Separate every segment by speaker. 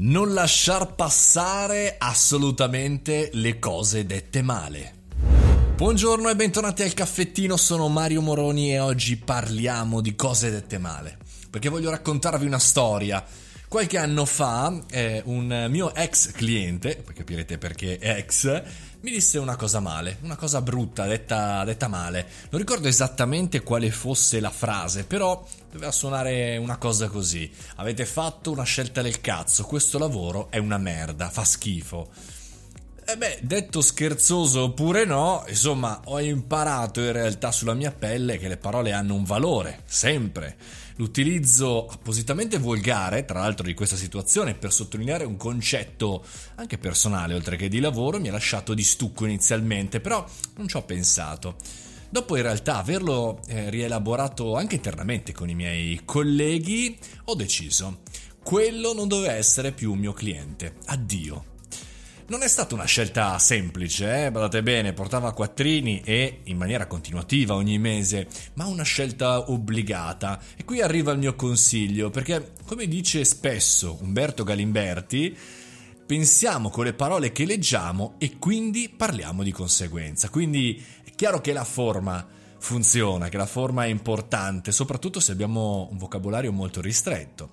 Speaker 1: Non lasciar passare assolutamente le cose dette male. Buongiorno e bentornati al caffettino, sono Mario Moroni e oggi parliamo di cose dette male, perché voglio raccontarvi una storia. Qualche anno fa un mio ex cliente, poi capirete perché ex, mi disse una cosa male, una cosa brutta, detta male. Non ricordo esattamente quale fosse la frase, però doveva suonare una cosa così: avete fatto una scelta del cazzo, questo lavoro è una merda, fa schifo. Detto scherzoso oppure no, insomma, ho imparato in realtà sulla mia pelle che le parole hanno un valore, sempre. L'utilizzo appositamente volgare, tra l'altro, di questa situazione per sottolineare un concetto anche personale, oltre che di lavoro, mi ha lasciato di stucco inizialmente, però non ci ho pensato. Dopo in realtà averlo rielaborato anche internamente con i miei colleghi, ho deciso: quello non doveva essere più un mio cliente, addio. Non è stata una scelta semplice, badate bene, portava quattrini e in maniera continuativa ogni mese, ma una scelta obbligata. E qui arriva il mio consiglio, perché come dice spesso Umberto Galimberti, pensiamo con le parole che leggiamo e quindi parliamo di conseguenza. Quindi è chiaro che la forma funziona, che la forma è importante, soprattutto se abbiamo un vocabolario molto ristretto.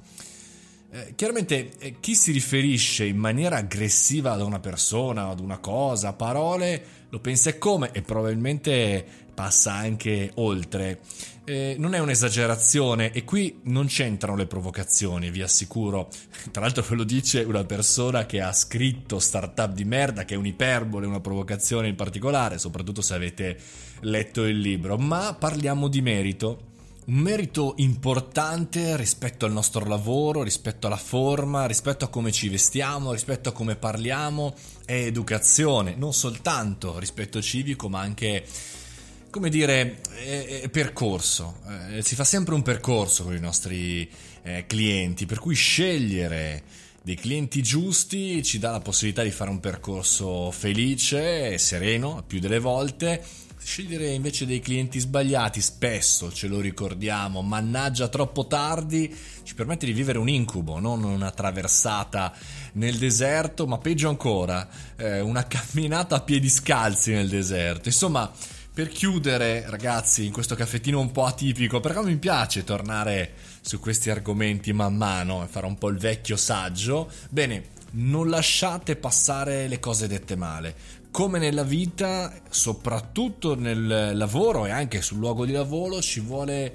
Speaker 1: Chiaramente chi si riferisce in maniera aggressiva ad una persona, ad una cosa, a parole, lo pensa e come e probabilmente passa anche oltre. Non è un'esagerazione e qui non c'entrano le provocazioni, vi assicuro. Tra l'altro ve lo dice una persona che ha scritto Startup di merda, che è un'iperbole, una provocazione in particolare, soprattutto se avete letto il libro. Ma parliamo di merito. Un merito importante rispetto al nostro lavoro, rispetto alla forma, rispetto a come ci vestiamo, rispetto a come parliamo, è educazione, non soltanto rispetto civico, ma anche, come dire, percorso. Si fa sempre un percorso con i nostri clienti, per cui scegliere dei clienti giusti ci dà la possibilità di fare un percorso felice e sereno, più delle volte. Scegliere invece dei clienti sbagliati, spesso ce lo ricordiamo, mannaggia troppo tardi, ci permette di vivere un incubo, non una traversata nel deserto, ma peggio ancora, una camminata a piedi scalzi nel deserto. Insomma, per chiudere, ragazzi, in questo caffettino un po' atipico, perché mi piace tornare su questi argomenti man mano e fare un po' il vecchio saggio, bene, non lasciate passare le cose dette male. Come nella vita, soprattutto nel lavoro e anche sul luogo di lavoro, ci vuole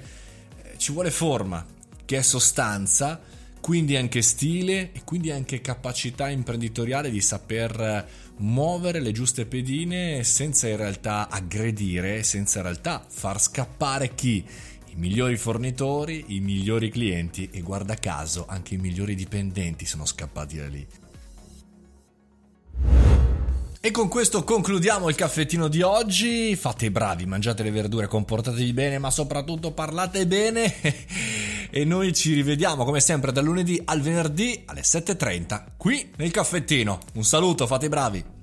Speaker 1: forma, che è sostanza, quindi anche stile e quindi anche capacità imprenditoriale di saper muovere le giuste pedine senza in realtà aggredire, senza in realtà far scappare chi? I migliori fornitori, i migliori clienti e guarda caso anche i migliori dipendenti sono scappati da lì. E con questo concludiamo il caffettino di oggi. Fate i bravi, mangiate le verdure, comportatevi bene, ma soprattutto parlate bene. E noi ci rivediamo come sempre dal lunedì al venerdì alle 7:30 qui nel caffettino. Un saluto, fate i bravi.